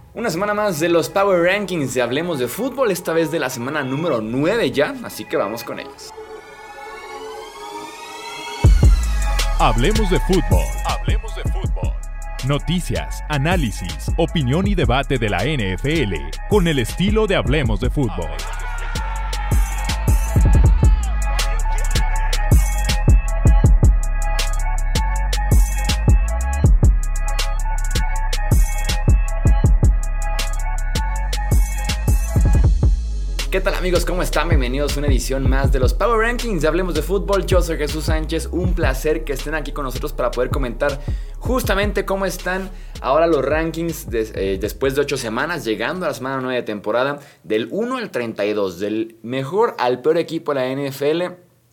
Una semana más de los Power Rankings de Hablemos de Fútbol, esta vez de la semana número 9 ya, así que vamos con ellos. Hablemos de fútbol. Hablemos de fútbol. Noticias, análisis, opinión y debate de la NFL con el estilo de Hablemos de Fútbol. ¿Qué tal amigos? ¿Cómo están? Bienvenidos a una edición más de los Power Rankings de Hablemos de Fútbol. Yo soy Jesús Sánchez, un placer que estén aquí con nosotros para poder comentar justamente cómo están ahora los rankings después de 8 semanas, llegando a la semana 9 de temporada, del 1 al 32, del mejor al peor equipo de la NFL.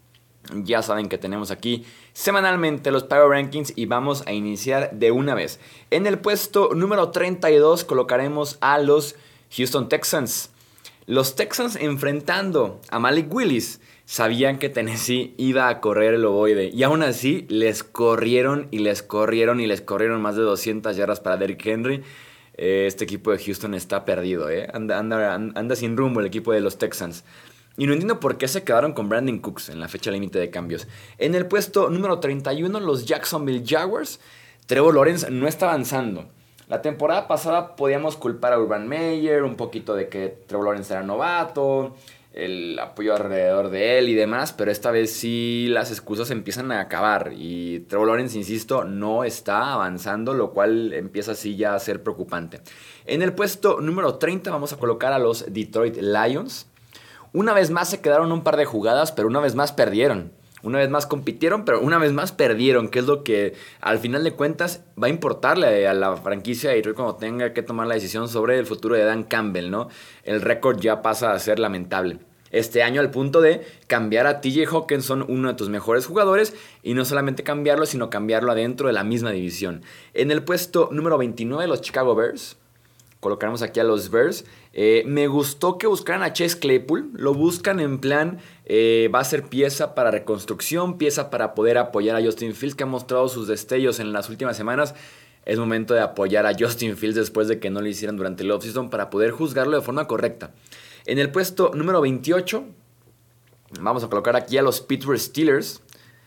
Ya saben que tenemos aquí semanalmente los Power Rankings y vamos a iniciar de una vez. En el puesto número 32 colocaremos a los Houston Texans. Los Texans enfrentando a Malik Willis sabían que Tennessee iba a correr el ovoide y aún así les corrieron más de 200 yardas para Derrick Henry. Este equipo de Houston está perdido, anda sin rumbo el equipo de los Texans. Y no entiendo por qué se quedaron con Brandon Cooks en la fecha límite de cambios. En el puesto número 31 los Jacksonville Jaguars. Trevor Lawrence no está avanzando. La temporada pasada podíamos culpar a Urban Meyer, un poquito de que Trevor Lawrence era novato, el apoyo alrededor de él y demás, pero esta vez sí las excusas empiezan a acabar y Trevor Lawrence, insisto, no está avanzando, lo cual empieza así ya a ser preocupante. En el puesto número 30 vamos a colocar a los Detroit Lions. Una vez más se quedaron un par de jugadas, pero una vez más perdieron. Una vez más compitieron, pero una vez más perdieron, que es lo que al final de cuentas va a importarle a la franquicia de Detroit cuando tenga que tomar la decisión sobre el futuro de Dan Campbell, ¿no? El récord ya pasa a ser lamentable. Este año al punto de cambiar a TJ Hawkinson, uno de tus mejores jugadores, y no solamente cambiarlo, sino cambiarlo adentro de la misma división. En el puesto número 29, los Chicago Bears. Colocaremos aquí a los Bears. Me gustó que buscaran a Chase Claypool. Lo buscan en plan, va a ser pieza para reconstrucción, pieza para poder apoyar a Justin Fields, que ha mostrado sus destellos en las últimas semanas. Es momento de apoyar a Justin Fields después de que no lo hicieran durante el offseason para poder juzgarlo de forma correcta. En el puesto número 28, vamos a colocar aquí a los Pittsburgh Steelers.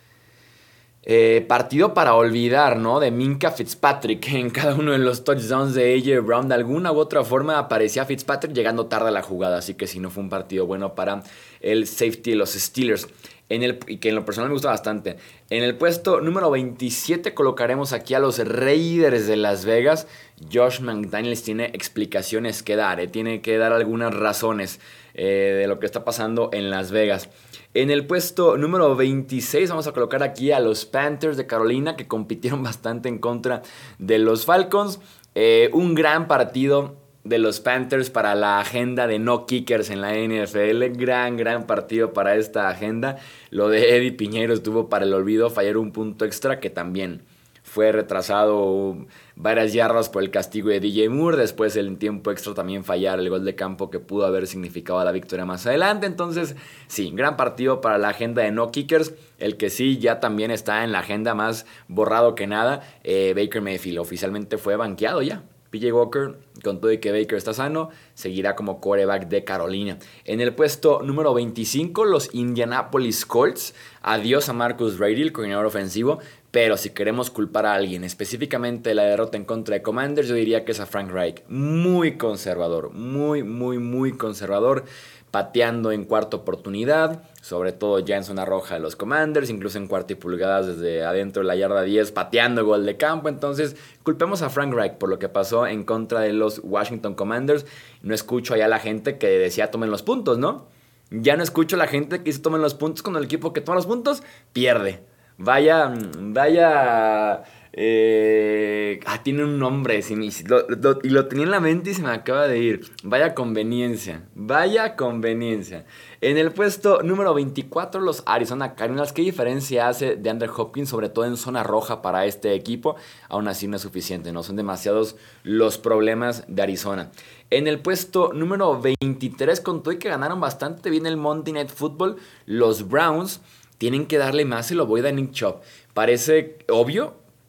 Partido para olvidar, ¿no? De Minkah Fitzpatrick en cada uno de los touchdowns de A.J. Brown. De alguna u otra forma aparecía Fitzpatrick llegando tarde a la jugada. Así que sí, no fue un partido bueno para el safety de los Steelers. Y que en lo personal me gusta bastante. En el puesto número 27 colocaremos aquí a los Raiders de Las Vegas. Josh McDaniels tiene explicaciones que dar. Tiene que dar algunas razones de lo que está pasando en Las Vegas. En el puesto número 26 vamos a colocar aquí a los Panthers de Carolina, que compitieron bastante en contra de los Falcons. Un gran partido de los Panthers para la agenda de no kickers en la NFL. Gran partido para esta agenda. Lo de Eddie Piñeiro estuvo para el olvido. Fallar un punto extra que también fue retrasado varias yardas por el castigo de DJ Moore. Después el tiempo extra también fallar el gol de campo que pudo haber significado la victoria más adelante. Entonces sí, gran partido para la agenda de no kickers. El que sí ya también está en la agenda más borrado que nada, Baker Mayfield oficialmente fue banqueado ya. PJ Walker, con todo y que Baker está sano, seguirá como quarterback de Carolina. En el puesto número 25, los Indianapolis Colts. Adiós a Marcus Brady, el coordinador ofensivo. Pero si queremos culpar a alguien, específicamente de la derrota en contra de Commanders, yo diría que es a Frank Reich. Muy conservador, muy conservador. Pateando en cuarta oportunidad, sobre todo ya en zona roja de los Commanders, incluso en cuarta y pulgadas desde adentro de la yarda 10, pateando gol de campo. Entonces, culpemos a Frank Reich por lo que pasó en contra de los Washington Commanders. No escucho allá a la gente que decía tomen los puntos, ¿no? Ya no escucho a la gente que dice tomen los puntos cuando el equipo que toma los puntos pierde. Vaya... tiene un nombre y lo tenía en la mente y se me acaba de ir. Vaya conveniencia. En el puesto número 24, los Arizona Cardinals. ¿Qué diferencia hace de DeAndre Hopkins, sobre todo en zona roja para este equipo? Aún así no es suficiente, no son demasiados los problemas de Arizona. En el puesto número 23, con todo y que ganaron bastante bien el Monday Night Football, los Browns tienen que darle más el ovoide a Nick Chubb. Parece obvio,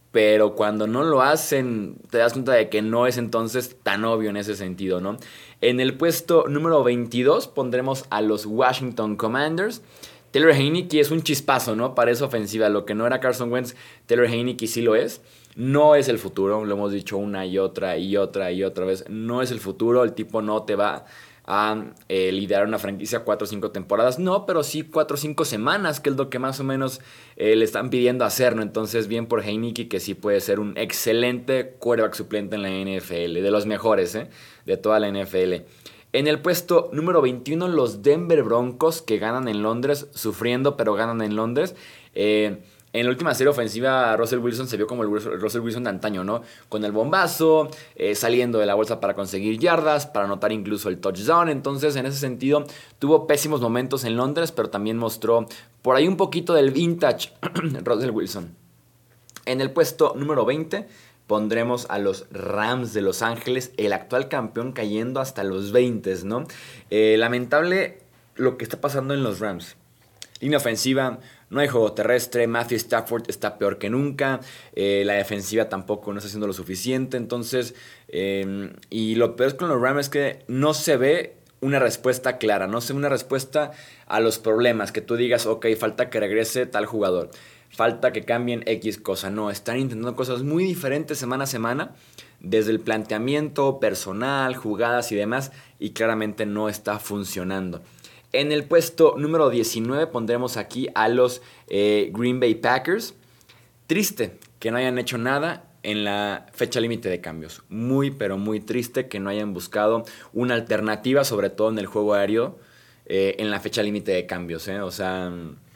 pero cuando no lo hacen te das cuenta de que no es entonces tan obvio en ese sentido, ¿no? En el puesto número 22 pondremos a los Washington Commanders. Taylor Heinicke es un chispazo, ¿no? Para esa ofensiva. Lo que no era Carson Wentz, Taylor Heinicke sí lo es. No es el futuro, lo hemos dicho una y otra vez. No es el futuro, el tipo no te va a liderar una franquicia 4 o 5 temporadas. No, pero sí 4 o 5 semanas, que es lo que más o menos le están pidiendo hacer, ¿no? Entonces, bien por Heinicke, que sí puede ser un excelente quarterback suplente en la NFL. De los mejores, de toda la NFL. En el puesto número 21, los Denver Broncos, que ganan en Londres, sufriendo, pero ganan en Londres. En la última serie ofensiva, Russell Wilson se vio como el Russell Wilson de antaño, ¿no? Con el bombazo, saliendo de la bolsa para conseguir yardas, para anotar incluso el touchdown. Entonces, en ese sentido, tuvo pésimos momentos en Londres, pero también mostró por ahí un poquito del vintage Russell Wilson. En el puesto número 20... pondremos a los Rams de Los Ángeles, el actual campeón cayendo hasta los 20, ¿no? Lamentable lo que está pasando en los Rams. Línea ofensiva, no hay juego terrestre, Matthew Stafford está peor que nunca, la defensiva tampoco no está haciendo lo suficiente, entonces, y lo peor con los Rams es que no se ve una respuesta clara, no se ve una respuesta a los problemas, que tú digas, ok, falta que regrese tal jugador. Falta que cambien X cosa. No, están intentando cosas muy diferentes semana a semana. Desde el planteamiento personal, jugadas y demás. Y claramente no está funcionando. En el puesto número 19 pondremos aquí a los Green Bay Packers. Triste que no hayan hecho nada en la fecha límite de cambios. Muy, pero muy triste que no hayan buscado una alternativa, sobre todo en el juego aéreo, en la fecha límite de cambios. O sea...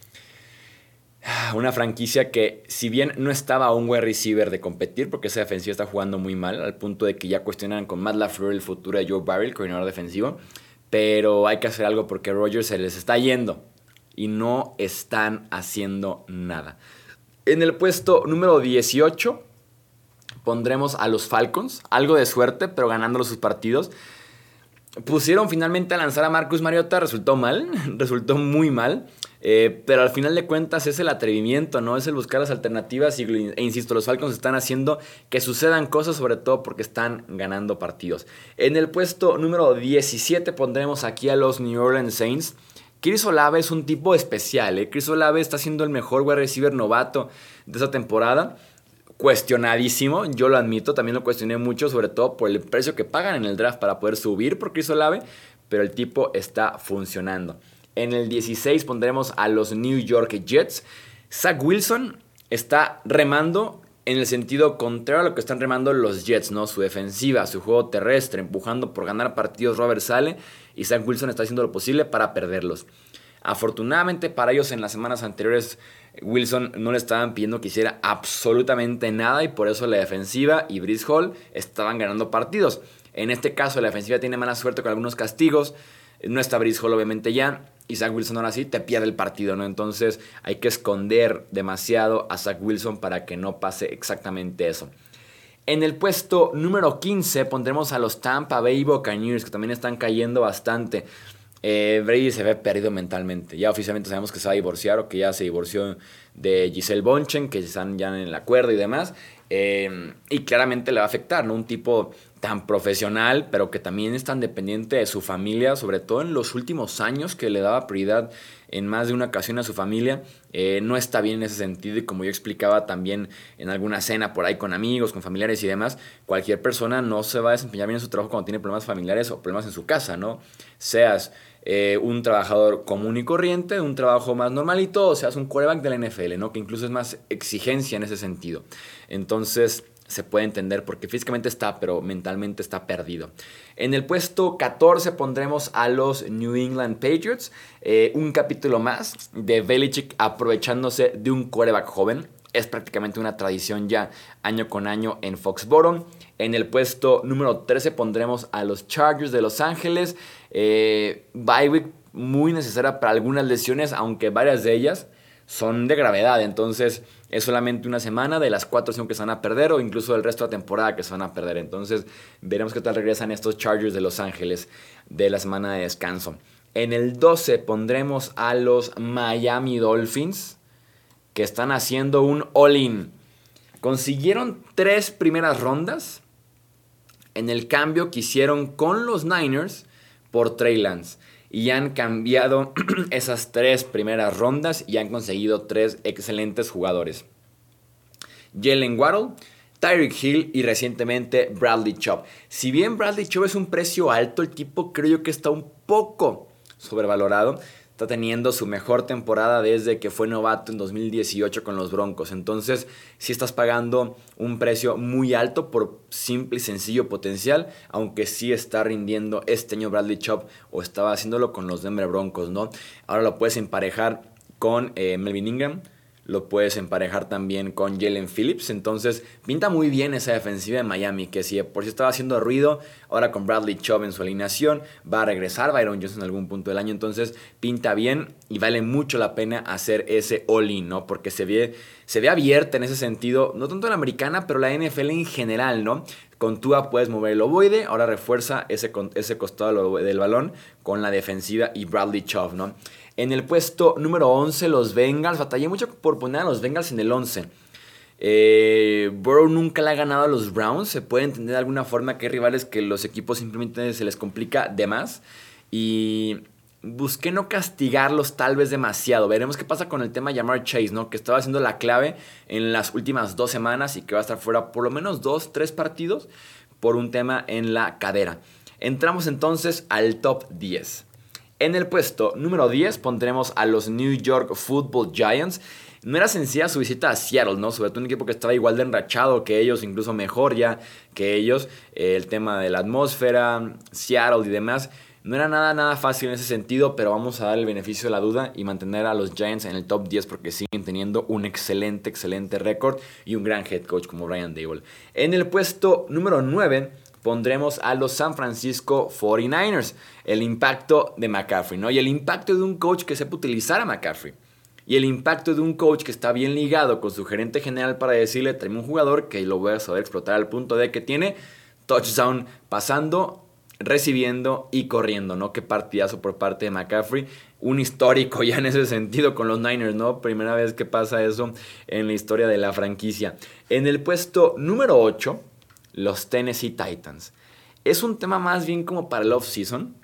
una franquicia que, si bien no estaba a un wide receiver de competir, porque esa defensiva está jugando muy mal, al punto de que ya cuestionan con Matt LaFleur el futuro de Joe Barry, el coordinador defensivo, pero hay que hacer algo porque Rodgers se les está yendo y no están haciendo nada. En el puesto número 18 pondremos a los Falcons, algo de suerte, pero ganando sus partidos. Pusieron finalmente a lanzar a Marcus Mariota, resultó mal, resultó muy mal. Pero al final de cuentas es el atrevimiento, ¿no? Es el buscar las alternativas e insisto, los Falcons están haciendo que sucedan cosas, sobre todo porque están ganando partidos. En el puesto número 17 pondremos aquí a los New Orleans Saints. Chris Olave es un tipo especial, Chris Olave está siendo el mejor wide receiver novato de esa temporada. Cuestionadísimo, yo lo admito, también lo cuestioné mucho, sobre todo por el precio que pagan en el draft para poder subir por Chris Olave, pero el tipo está funcionando. En el 16 pondremos a los New York Jets. Zach Wilson está remando en el sentido contrario a lo que están remando los Jets, ¿no? Su defensiva, su juego terrestre, empujando por ganar partidos. Robert sale y Zach Wilson está haciendo lo posible para perderlos. Afortunadamente para ellos en las semanas anteriores Wilson no le estaban pidiendo que hiciera absolutamente nada y por eso la defensiva y Breece Hall estaban ganando partidos. En este caso la defensiva tiene mala suerte con algunos castigos. No está Breece Hall obviamente ya. Y Zach Wilson ahora sí te pierde el partido, ¿no? Entonces hay que esconder demasiado a Zach Wilson para que no pase exactamente eso. En el puesto número 15 pondremos a los Tampa Bay Buccaneers, que también están cayendo bastante. Brady se ve perdido mentalmente. Ya oficialmente sabemos que se va a divorciar o que ya se divorció de Giselle Bonchen, que están ya en el acuerdo y demás. Y claramente le va a afectar, ¿no? Un tipo tan profesional, pero que también es tan dependiente de su familia, sobre todo en los últimos años, que le daba prioridad en más de una ocasión a su familia. No está bien en ese sentido, y como yo explicaba también en alguna cena por ahí con amigos, con familiares y demás, cualquier persona no se va a desempeñar bien en su trabajo cuando tiene problemas familiares o problemas en su casa, ¿no? Seas un trabajador común y corriente, un trabajo más normalito, o seas un quarterback de la NFL, ¿no? Que incluso es más exigencia en ese sentido. Entonces se puede entender porque físicamente está, pero mentalmente está perdido. En el puesto 14 pondremos a los New England Patriots. Un capítulo más de Belichick aprovechándose de un quarterback joven. Es prácticamente una tradición ya año con año en Foxborough. En el puesto número 13 pondremos a los Chargers de Los Ángeles. Bye week muy necesaria para algunas lesiones, aunque varias de ellas son de gravedad. Entonces es solamente una semana de las 4 o 5 que se van a perder, o incluso el resto de la temporada que se van a perder. Entonces veremos qué tal regresan estos Chargers de Los Ángeles de la semana de descanso. En el 12 pondremos a los Miami Dolphins, que están haciendo un all-in. Consiguieron 3 primeras rondas en el cambio que hicieron con los Niners por Trey Lance. Y han cambiado esas 3 primeras rondas y han conseguido 3 excelentes jugadores. Jalen Waddle, Tyreek Hill y recientemente Bradley Chubb. Si bien Bradley Chubb es un precio alto, el tipo creo yo que está un poco sobrevalorado. Está teniendo su mejor temporada desde que fue novato en 2018 con los Broncos. Entonces, sí estás pagando un precio muy alto por simple y sencillo potencial, aunque sí está rindiendo este año Bradley Chubb, o estaba haciéndolo con los Denver Broncos, ¿no? Ahora lo puedes emparejar con Melvin Ingram, lo puedes emparejar también con Jalen Phillips. Entonces pinta muy bien esa defensiva de Miami, que si por sí estaba haciendo ruido, ahora con Bradley Chubb en su alineación va a regresar Byron Johnson en algún punto del año. Entonces pinta bien y vale mucho la pena hacer ese all-in, ¿no? Porque se ve abierta en ese sentido, no tanto la americana, pero la NFL en general, ¿no? Con Tua puedes mover el ovoide, ahora refuerza ese costado del balón con la defensiva y Bradley Chubb, ¿no? En el puesto número 11, los Bengals. Batallé mucho por poner a los Bengals en el 11. Burrow nunca le ha ganado a los Browns. Se puede entender de alguna forma que hay rivales que los equipos simplemente se les complica de más. Y busqué no castigarlos tal vez demasiado. Veremos qué pasa con el tema Ja'Marr Chase, ¿no? Que estaba siendo la clave en las últimas 2 semanas y que va a estar fuera por lo menos 2-3 partidos por un tema en la cadera. Entramos entonces al top 10. En el puesto número 10 pondremos a los New York Football Giants. No era sencilla su visita a Seattle, ¿no? Sobre todo un equipo que estaba igual de enrachado que ellos, incluso mejor ya que ellos. El tema de la atmósfera, Seattle y demás. No era nada fácil en ese sentido, pero vamos a dar el beneficio de la duda y mantener a los Giants en el top 10 porque siguen teniendo un excelente récord y un gran head coach como Brian Daboll. En el puesto número 9 pondremos a los San Francisco 49ers. El impacto de McCaffrey, ¿no? Y el impacto de un coach que sepa utilizar a McCaffrey. Y el impacto de un coach que está bien ligado con su gerente general para decirle, tráeme un jugador que lo voy a saber explotar al punto de que tiene touchdown pasando, recibiendo y corriendo, ¿no? Qué partidazo por parte de McCaffrey. Un histórico ya en ese sentido con los Niners, ¿no? Primera vez que pasa eso en la historia de la franquicia. En el puesto número 8... los Tennessee Titans. Es un tema más bien como para el off-season,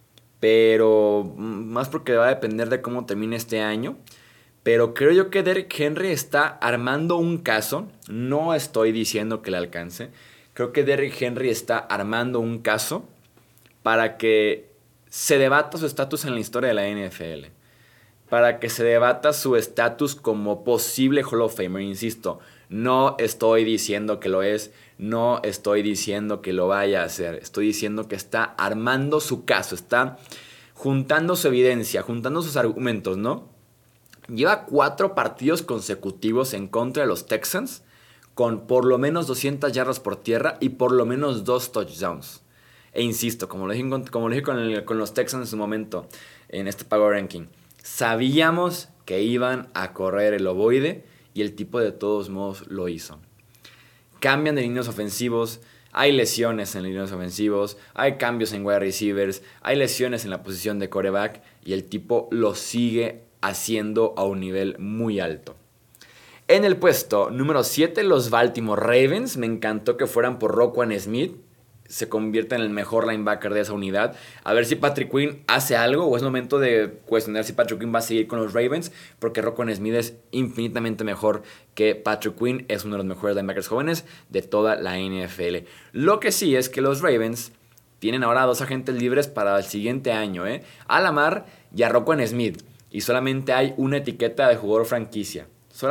pero más porque va a depender de cómo termine este año. Pero creo yo que Derrick Henry está armando un caso. No estoy diciendo que le alcance. Creo que Derrick Henry está armando un caso para que se debata su estatus en la historia de la NFL. Para que se debata su estatus como posible Hall of Famer. Insisto, no estoy diciendo que lo es. No estoy diciendo que lo vaya a hacer. Estoy diciendo que está armando su caso. Está juntando su evidencia, juntando sus argumentos, ¿no? Lleva 4 partidos consecutivos en contra de los Texans con por lo menos 200 yardas por tierra y por lo menos 2 touchdowns. E insisto, como lo dije con los Texans en su momento en este Power Ranking, sabíamos que iban a correr el ovoide y el tipo de todos modos lo hizo. Cambian de líneas ofensivos, hay lesiones en líneas ofensivos, hay cambios en wide receivers, hay lesiones en la posición de quarterback y el tipo lo sigue haciendo a un nivel muy alto. En el puesto número 7, los Baltimore Ravens. Me encantó que fueran por Roquan Smith. Se convierte en el mejor linebacker de esa unidad. A ver si Patrick Quinn hace algo o es momento de cuestionar si Patrick Quinn va a seguir con los Ravens, porque Roquan Smith es infinitamente mejor que Patrick Quinn. Es uno de los mejores linebackers jóvenes de toda la NFL. Lo que sí es que los Ravens tienen ahora 2 agentes libres para el siguiente año, a Lamar y a Roquan Smith. Y solamente hay una etiqueta de jugador franquicia.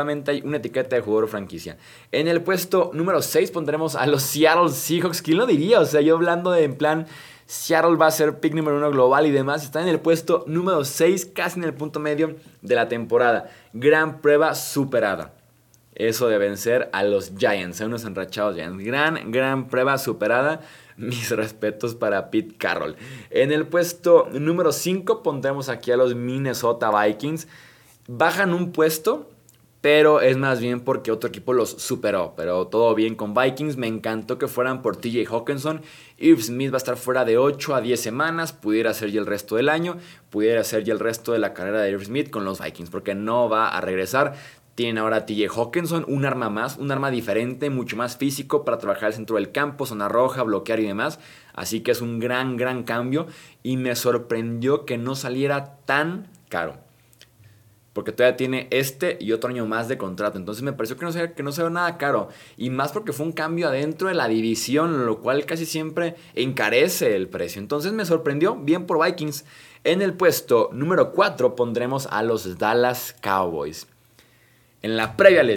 En el puesto número 6 pondremos a los Seattle Seahawks. ¿Quién lo diría? O sea, yo hablando de en plan Seattle va a ser pick número 1 global y demás. Está en el puesto número 6, casi en el punto medio de la temporada. Gran prueba superada. Eso de vencer a los Giants, a unos enrachados Giants. Gran prueba superada. Mis respetos para Pete Carroll. En el puesto número 5 pondremos aquí a los Minnesota Vikings. Bajan un puesto, pero es más bien porque otro equipo los superó. Pero todo bien con Vikings. Me encantó que fueran por TJ Hawkinson. Irv Smith va a estar fuera de 8 a 10 semanas. Pudiera ser ya el resto del año. Pudiera ser ya el resto de la carrera de Irv Smith con los Vikings, porque no va a regresar. Tienen ahora a TJ Hawkinson, un arma más, un arma diferente, mucho más físico para trabajar el centro del campo, zona roja, bloquear y demás. Así que es un gran cambio y me sorprendió que no saliera tan caro. Porque todavía tiene este y otro año más de contrato. Entonces me pareció que no se ve nada caro. Y más porque fue un cambio adentro de la división, lo cual casi siempre encarece el precio. Entonces me sorprendió, bien por Vikings. En el puesto número 4 pondremos a los Dallas Cowboys. En la previa les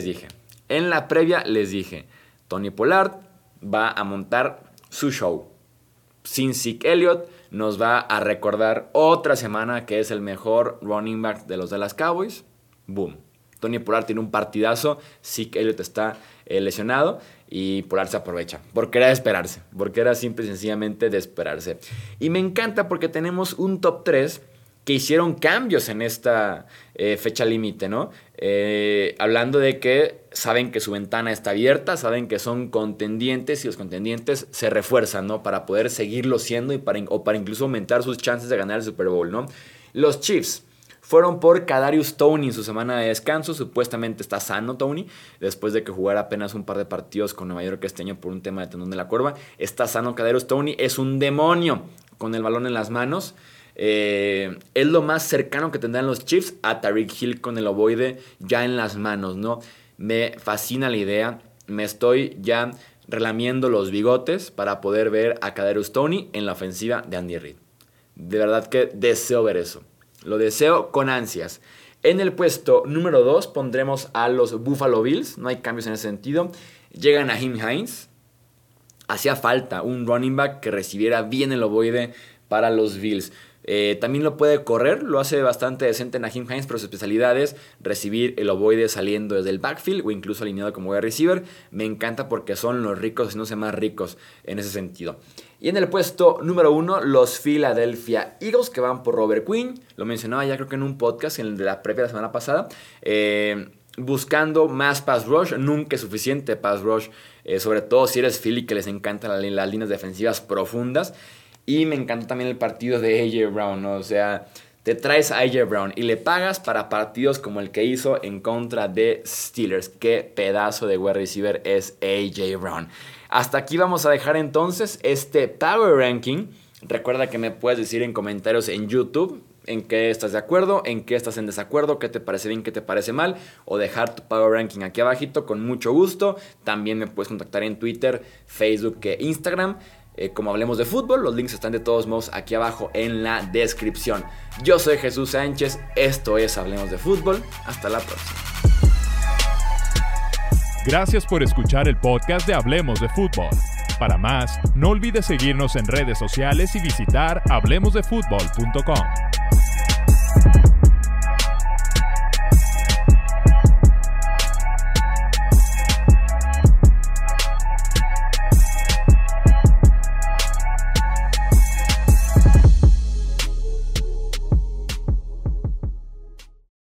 dije, Tony Pollard va a montar su show. Sin Zeke Elliott nos va a recordar otra semana que es el mejor running back de los Dallas Cowboys. Boom. Tony Pollard tiene un partidazo, Zeke Elliott está lesionado y Pollard se aprovecha. Porque era simple y sencillamente de esperarse. Y me encanta porque tenemos un top 3 que hicieron cambios en esta fecha límite, ¿no? Hablando de que saben que su ventana está abierta, saben que son contendientes y los contendientes se refuerzan, ¿no? Para poder seguirlo siendo o para incluso aumentar sus chances de ganar el Super Bowl, ¿no? Los Chiefs fueron por Kadarius Toney en su semana de descanso. Supuestamente está sano Toney, después de que jugara apenas un par de partidos con Nueva York este año por un tema de tendón de la cuerva. Está sano Kadarius Toney, es un demonio con el balón en las manos. Es lo más cercano que tendrán los Chiefs a Tyreek Hill con el ovoide ya en las manos, ¿no? Me fascina la idea. Me estoy ya relamiendo los bigotes para poder ver a Kadarius Toney en la ofensiva de Andy Reid. De verdad que deseo ver eso. Lo deseo con ansias. En el puesto número 2 pondremos a los Buffalo Bills. No hay cambios en ese sentido. Llega Nyheim Hines. Hacía falta un running back que recibiera bien el ovoide para los Bills. También lo puede correr, lo hace bastante decente Nyheim Hines, pero su especialidad es recibir el ovoide saliendo desde el backfield o incluso alineado como wide receiver. Me encanta porque son los ricos haciéndose más ricos en ese sentido. Y en el puesto número 1, los Philadelphia Eagles, que van por Robert Quinn. Lo mencionaba ya creo que en un podcast, en el de la previa de la semana pasada. Buscando más pass rush, nunca es suficiente pass rush, sobre todo si eres Philly, que les encantan las líneas defensivas profundas. Y me encantó también el partido de A.J. Brown, ¿no? O sea, te traes a A.J. Brown y le pagas para partidos como el que hizo en contra de Steelers. Qué pedazo de wide receiver es A.J. Brown. Hasta aquí vamos a dejar entonces este Power Ranking. Recuerda que me puedes decir en comentarios en YouTube en qué estás de acuerdo, en qué estás en desacuerdo, qué te parece bien, qué te parece mal, o dejar tu Power Ranking aquí abajito con mucho gusto. También me puedes contactar en Twitter, Facebook e Instagram. Como Hablemos de Fútbol, los links están de todos modos aquí abajo en la descripción. Yo soy Jesús Sánchez, esto es Hablemos de Fútbol. Hasta la próxima. Gracias por escuchar el podcast de Hablemos de Fútbol. Para más, no olvides seguirnos en redes sociales y visitar hablemosdefutbol.com.